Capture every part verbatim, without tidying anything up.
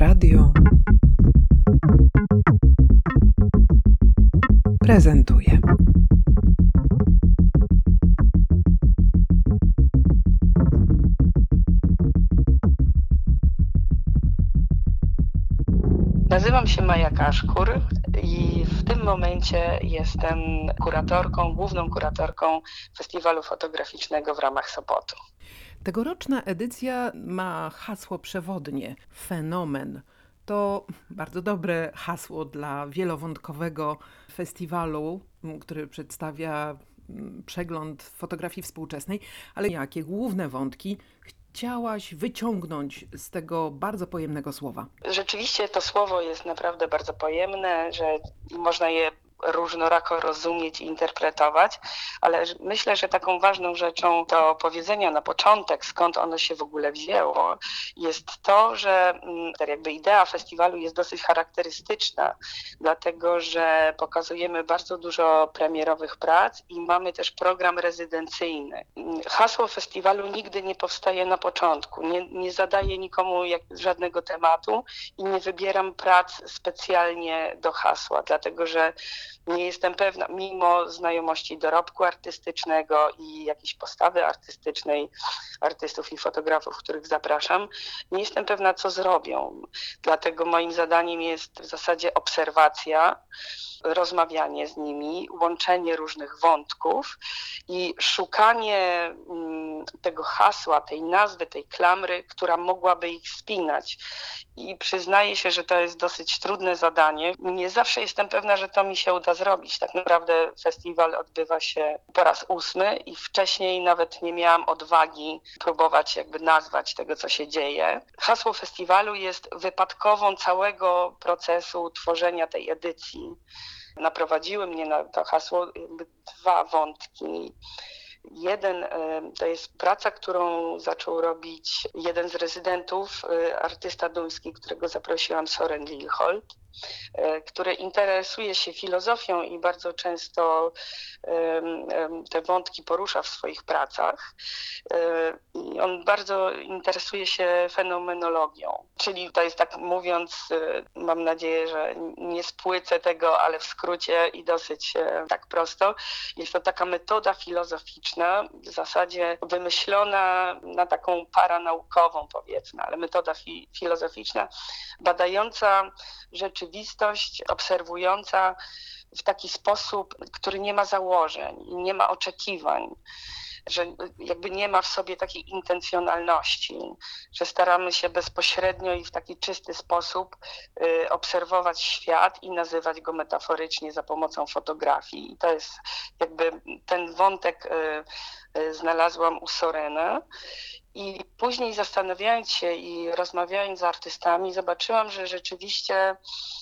Radio prezentuje. Nazywam się Maja Kaszkur i w tym momencie jestem kuratorką, główną kuratorką festiwalu fotograficznego w ramach Sopotu. Tegoroczna edycja ma hasło przewodnie – fenomen. To bardzo dobre hasło dla wielowątkowego festiwalu, który przedstawia przegląd fotografii współczesnej, ale jakie główne wątki chciałaś wyciągnąć z tego bardzo pojemnego słowa? Rzeczywiście to słowo jest naprawdę bardzo pojemne, że można je różnorako rozumieć i interpretować, ale myślę, że taką ważną rzeczą do powiedzenia na początek, skąd ono się w ogóle wzięło, jest to, że tak jakby idea festiwalu jest dosyć charakterystyczna, dlatego że pokazujemy bardzo dużo premierowych prac i mamy też program rezydencyjny. Hasło festiwalu nigdy nie powstaje na początku, nie, nie zadaję nikomu jak, żadnego tematu i nie wybieram prac specjalnie do hasła, dlatego że nie jestem pewna, mimo znajomości dorobku artystycznego i jakiejś postawy artystycznej artystów i fotografów, których zapraszam, nie jestem pewna, co zrobią. Dlatego moim zadaniem jest w zasadzie obserwacja, rozmawianie z nimi, łączenie różnych wątków i szukanie tego hasła, tej nazwy, tej klamry, która mogłaby ich spinać. I przyznaję się, że to jest dosyć trudne zadanie. Nie zawsze jestem pewna, że to mi się uda zrobić. Tak naprawdę festiwal odbywa się po raz ósmy i wcześniej nawet nie miałam odwagi próbować jakby nazwać tego, co się dzieje. Hasło festiwalu jest wypadkową całego procesu tworzenia tej edycji. Naprowadziły mnie na to hasło jakby dwa wątki. Jeden to jest praca, którą zaczął robić jeden z rezydentów, artysta duński, którego zaprosiłam, Soren Liljeholt, który interesuje się filozofią i bardzo często te wątki porusza w swoich pracach. I on bardzo interesuje się fenomenologią, czyli to jest tak mówiąc, mam nadzieję, że nie spłycę tego, ale w skrócie i dosyć tak prosto. Jest to taka metoda filozoficzna, w zasadzie wymyślona na taką paranaukową powiedzmy, ale metoda fi- filozoficzna badająca rzeczywistość, obserwująca w taki sposób, który nie ma założeń, nie ma oczekiwań, że jakby nie ma w sobie takiej intencjonalności, że staramy się bezpośrednio i w taki czysty sposób y, obserwować świat i nazywać go metaforycznie za pomocą fotografii. I to jest jakby ten wątek y, y, znalazłam u Sorena. I później zastanawiając się i rozmawiając z artystami, zobaczyłam, że rzeczywiście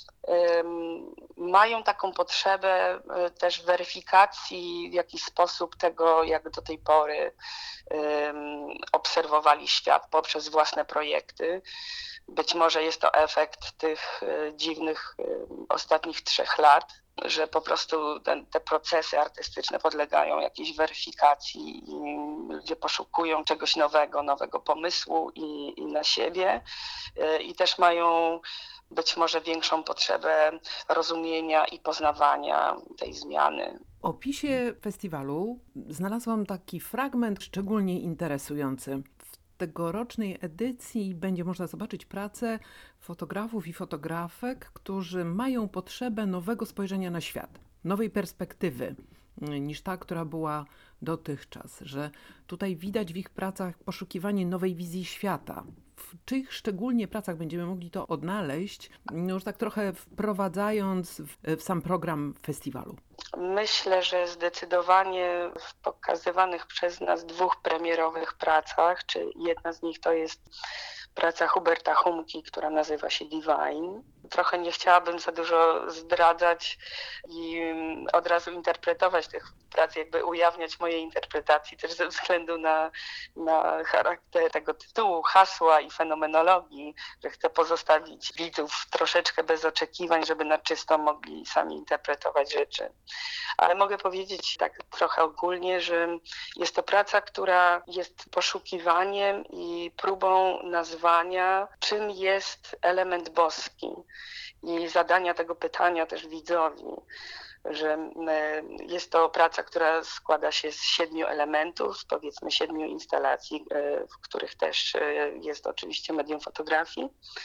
um, mają taką potrzebę um, też weryfikacji w jakiś sposób tego, jak do tej pory um, obserwowali świat poprzez własne projekty. Być może jest to efekt tych um, dziwnych um, ostatnich trzech lat, że po prostu ten, te procesy artystyczne podlegają jakiejś weryfikacji i ludzie poszukują czegoś nowego, nowego pomysłu i, i na siebie i też mają być może większą potrzebę rozumienia i poznawania tej zmiany. W opisie festiwalu znalazłam taki fragment szczególnie interesujący. W tegorocznej edycji będzie można zobaczyć pracę fotografów i fotografek, którzy mają potrzebę nowego spojrzenia na świat, nowej perspektywy niż ta, która była dotychczas, że tutaj widać w ich pracach poszukiwanie nowej wizji świata. W czyich szczególnie pracach będziemy mogli to odnaleźć, już tak trochę wprowadzając w, w sam program festiwalu? Myślę, że zdecydowanie w pokazywanych przez nas dwóch premierowych pracach, czy jedna z nich to jest praca Huberta Humki, która nazywa się Divine. Trochę nie chciałabym za dużo zdradzać i od razu interpretować tych prac, jakby ujawniać mojej interpretacji, też ze względu na, na charakter tego tytułu, hasła i fenomenologii, że chcę pozostawić widzów troszeczkę bez oczekiwań, żeby na czysto mogli sami interpretować rzeczy. Ale mogę powiedzieć tak trochę ogólnie, że jest to praca, która jest poszukiwaniem i próbą nazwania wyzwania, czym jest element boski i zadania tego pytania też widzowi, że jest to praca, która składa się z siedmiu elementów, powiedzmy siedmiu instalacji, w których też jest oczywiście medium fotografii,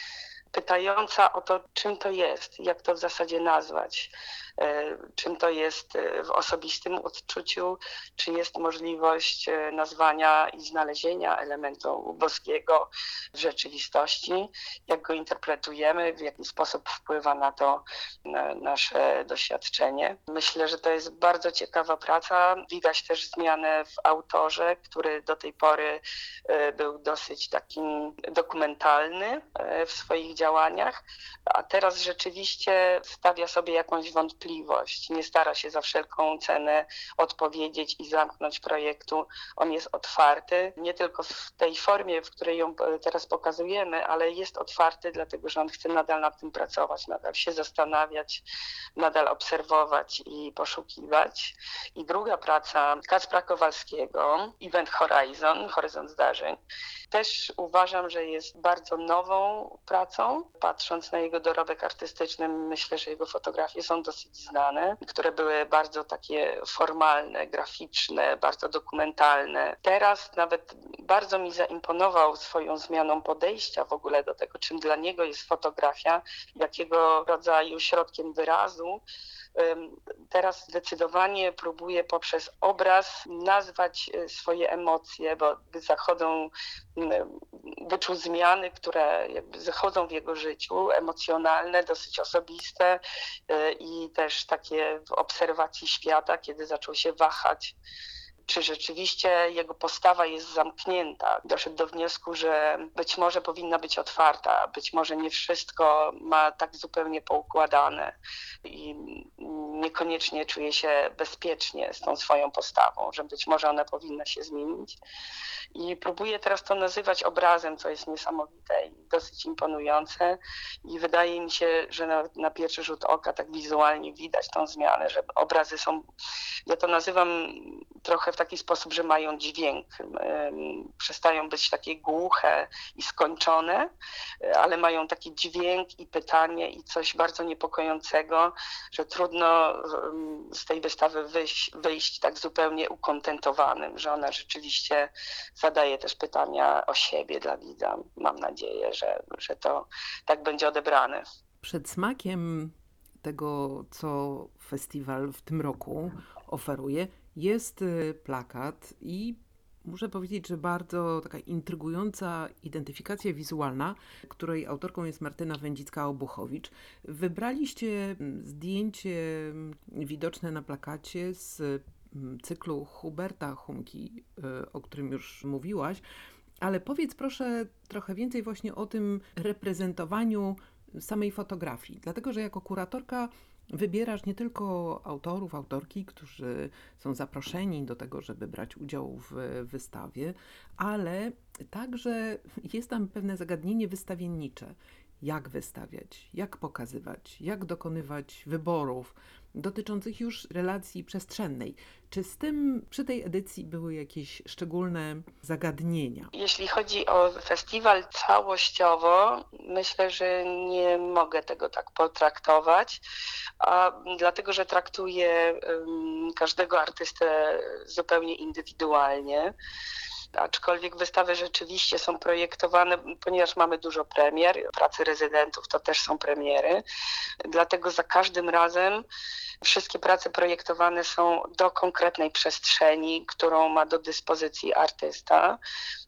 pytająca o to, czym to jest, jak to w zasadzie nazwać, czym to jest w osobistym odczuciu, czy jest możliwość nazwania i znalezienia elementu boskiego w rzeczywistości, jak go interpretujemy, w jaki sposób wpływa na to na nasze doświadczenie. Myślę, że to jest bardzo ciekawa praca. Widać też zmianę w autorze, który do tej pory był dosyć taki dokumentalny w swoich działaniach, a teraz rzeczywiście stawia sobie jakąś wątpliwość. Nie stara się za wszelką cenę odpowiedzieć i zamknąć projektu. On jest otwarty, nie tylko w tej formie, w której ją teraz pokazujemy, ale jest otwarty, dlatego że on chce nadal nad tym pracować, nadal się zastanawiać, nadal obserwować i poszukiwać. I druga praca Kacpra Kowalskiego, Event Horizon, Horyzont Zdarzeń, też uważam, że jest bardzo nową pracą. Patrząc na jego dorobek artystyczny, myślę, że jego fotografie są dosyć znane, które były bardzo takie formalne, graficzne, bardzo dokumentalne. Teraz nawet bardzo mi zaimponował swoją zmianą podejścia w ogóle do tego, czym dla niego jest fotografia, jakiego rodzaju środkiem wyrazu. Teraz zdecydowanie próbuję poprzez obraz nazwać swoje emocje, bo zachodzą, wyczuł zmiany, które jakby zachodzą w jego życiu, emocjonalne, dosyć osobiste i też takie w obserwacji świata, kiedy zaczął się wahać, czy rzeczywiście jego postawa jest zamknięta. Doszedł do wniosku, że być może powinna być otwarta, być może nie wszystko ma tak zupełnie poukładane i niekoniecznie czuje się bezpiecznie z tą swoją postawą, że być może ona powinna się zmienić. I próbuję teraz to nazywać obrazem, co jest niesamowite i dosyć imponujące i wydaje mi się, że na, na pierwszy rzut oka tak wizualnie widać tą zmianę, że obrazy są, ja to nazywam trochę w taki sposób, że mają dźwięk, przestają być takie głuche i skończone, ale mają taki dźwięk i pytanie i coś bardzo niepokojącego, że trudno z tej wystawy wyjść, wyjść tak zupełnie ukontentowanym, że ona rzeczywiście zadaje też pytania o siebie dla widza. Mam nadzieję, że, że to tak będzie odebrane. Przed smakiem tego, co festiwal w tym roku oferuje, jest plakat i muszę powiedzieć, że bardzo taka intrygująca identyfikacja wizualna, której autorką jest Martyna Wędzicka-Obuchowicz. Wybraliście zdjęcie widoczne na plakacie z cyklu Huberta Humki, o którym już mówiłaś, ale powiedz proszę trochę więcej właśnie o tym reprezentowaniu samej fotografii, dlatego że jako kuratorka wybierasz nie tylko autorów, autorki, którzy są zaproszeni do tego, żeby brać udział w wystawie, ale także jest tam pewne zagadnienie wystawiennicze. Jak wystawiać, jak pokazywać, jak dokonywać wyborów dotyczących już relacji przestrzennej. Czy z tym przy tej edycji były jakieś szczególne zagadnienia? Jeśli chodzi o festiwal całościowo, myślę, że nie mogę tego tak potraktować, a dlatego, że traktuję um, każdego artystę zupełnie indywidualnie. Aczkolwiek wystawy rzeczywiście są projektowane, ponieważ mamy dużo premier, pracy rezydentów to też są premiery, dlatego za każdym razem wszystkie prace projektowane są do konkretnej przestrzeni, którą ma do dyspozycji artysta,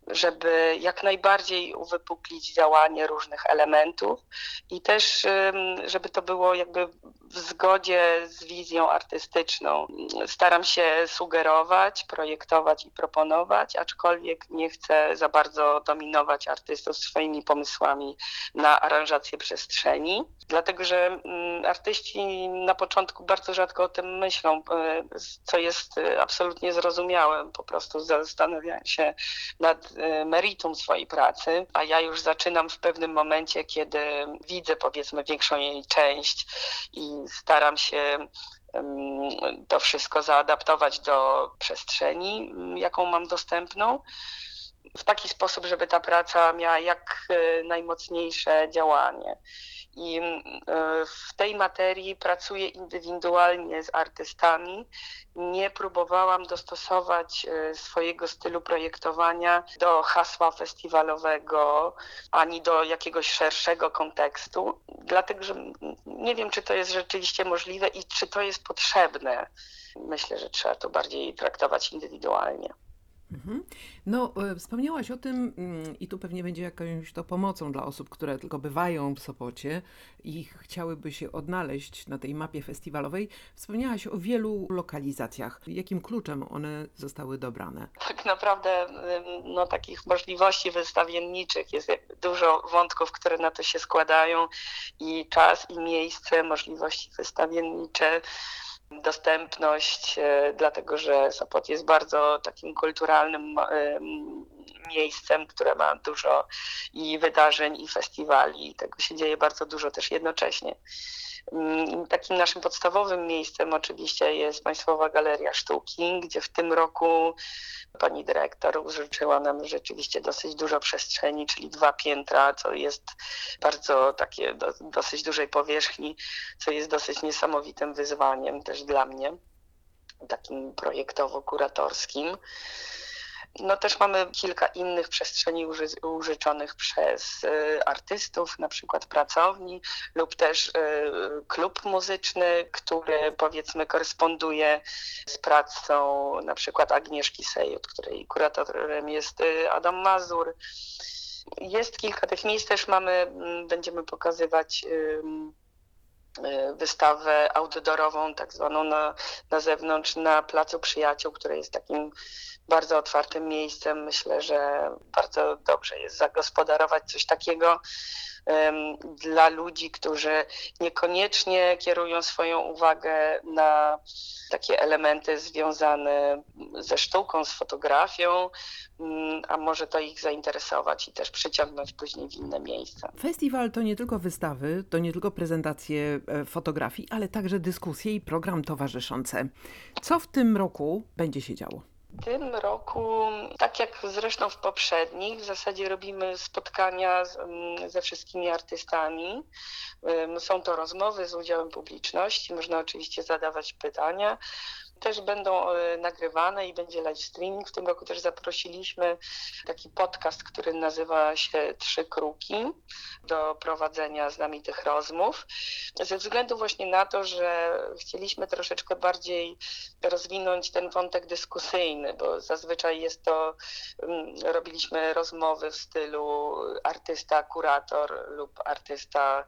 żeby jak najbardziej uwypuklić działanie różnych elementów i też żeby to było jakby w zgodzie z wizją artystyczną. Staram się sugerować, projektować i proponować, aczkolwiek nie chcę za bardzo dominować artystów swoimi pomysłami na aranżację przestrzeni, dlatego że artyści na początku bardzo rzadko o tym myślą, co jest absolutnie zrozumiałe. Po prostu zastanawiają się nad meritum swojej pracy, a ja już zaczynam w pewnym momencie, kiedy widzę powiedzmy większą jej część i staram się to wszystko zaadaptować do przestrzeni, jaką mam dostępną. w taki sposób, żeby ta praca miała jak najmocniejsze działanie. I w tej materii pracuję indywidualnie z artystami. Nie próbowałam dostosować swojego stylu projektowania do hasła festiwalowego, ani do jakiegoś szerszego kontekstu, dlatego że nie wiem, czy to jest rzeczywiście możliwe i czy to jest potrzebne. Myślę, że trzeba to bardziej traktować indywidualnie. Mhm. No, wspomniałaś o tym i tu pewnie będzie jakąś to pomocą dla osób, które tylko bywają w Sopocie i chciałyby się odnaleźć na tej mapie festiwalowej. Wspomniałaś o wielu lokalizacjach. Jakim kluczem one zostały dobrane? Tak naprawdę no, takich możliwości wystawienniczych jest dużo wątków, które na to się składają i czas, i miejsce, możliwości wystawiennicze. Dostępność, dlatego że Sopot jest bardzo takim kulturalnym miejscem, które ma dużo i wydarzeń, i festiwali. Tego się dzieje bardzo dużo też jednocześnie. Takim naszym podstawowym miejscem oczywiście jest Państwowa Galeria Sztuki, gdzie w tym roku pani dyrektor użyczyła nam rzeczywiście dosyć dużo przestrzeni, czyli dwa piętra, co jest bardzo takie do, dosyć dużej powierzchni, co jest dosyć niesamowitym wyzwaniem też dla mnie, takim projektowo-kuratorskim. No też mamy kilka innych przestrzeni uży- użyczonych przez y, artystów, na przykład pracowni lub też y, klub muzyczny, który powiedzmy koresponduje z pracą na przykład Agnieszki Sejut, której kuratorem jest y, Adam Mazur. Jest kilka tych miejsc, też mamy, będziemy pokazywać y, wystawę outdoorową, tak zwaną na, na zewnątrz, na Placu Przyjaciół, które jest takim bardzo otwartym miejscem. Myślę, że bardzo dobrze jest zagospodarować coś takiego um, dla ludzi, którzy niekoniecznie kierują swoją uwagę na takie elementy związane ze sztuką, z fotografią, um, a może to ich zainteresować i też przyciągnąć później w inne miejsca. Festiwal to nie tylko wystawy, to nie tylko prezentacje fotografii, ale także dyskusje i program towarzyszące. Co w tym roku będzie się działo? W tym roku, tak jak zresztą w poprzednich, w zasadzie robimy spotkania z, ze wszystkimi artystami. Są to rozmowy z udziałem publiczności, można oczywiście zadawać pytania. Też będą nagrywane i będzie live streaming. W tym roku też zaprosiliśmy taki podcast, który nazywa się Trzy Kruki, do prowadzenia z nami tych rozmów. Ze względu właśnie na to, że chcieliśmy troszeczkę bardziej rozwinąć ten wątek dyskusyjny, bo zazwyczaj jest to, robiliśmy rozmowy w stylu artysta, kurator lub artysta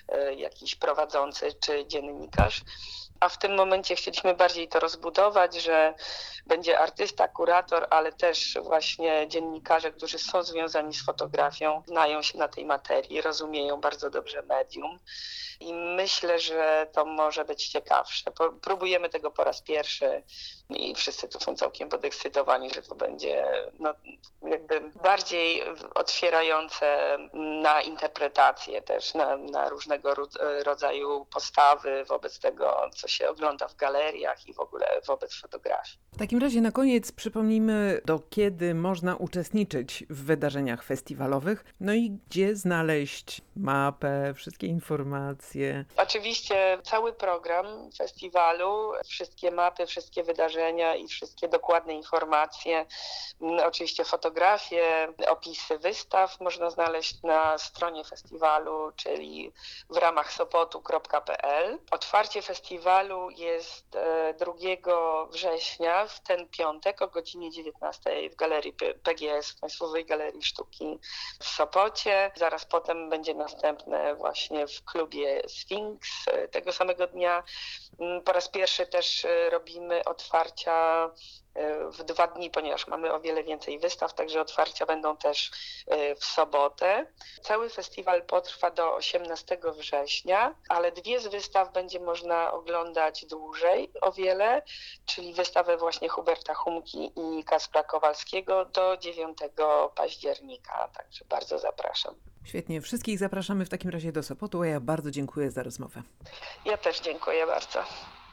jakiś prowadzący czy dziennikarz. A w tym momencie chcieliśmy bardziej to rozbudować, że będzie artysta, kurator, ale też właśnie dziennikarze, którzy są związani z fotografią, znają się na tej materii, rozumieją bardzo dobrze medium. I myślę, że to może być ciekawsze. Próbujemy tego po raz pierwszy i wszyscy tu są całkiem podekscytowani, że to będzie no, jakby bardziej otwierające na interpretację też, na, na różnego rodzaju postawy wobec tego, co się ogląda w galeriach i w ogóle wobec fotografii. W takim razie na koniec przypomnijmy, do kiedy można uczestniczyć w wydarzeniach festiwalowych, no i gdzie znaleźć mapę, wszystkie informacje. Oczywiście cały program festiwalu, wszystkie mapy, wszystkie wydarzenia i wszystkie dokładne informacje, oczywiście fotografie, opisy wystaw można znaleźć na stronie festiwalu, czyli w ramach sopotu kropka p l. Otwarcie festiwalu jest drugiego września, w ten piątek o godzinie dziewiętnastej w Galerii P G S, w Państwowej Galerii Sztuki w Sopocie. Zaraz potem będzie następne właśnie w klubie Sfinks tego samego dnia. Po raz pierwszy też robimy otwarcia w dwa dni, ponieważ mamy o wiele więcej wystaw, także otwarcia będą też w sobotę. Cały festiwal potrwa do osiemnastego września, ale dwie z wystaw będzie można oglądać dłużej o wiele, czyli wystawę właśnie Huberta Humki i Kacpra Kowalskiego do dziewiątego października, także bardzo zapraszam. Świetnie, wszystkich zapraszamy w takim razie do Sopotu, a ja bardzo dziękuję za rozmowę. Ja też dziękuję bardzo.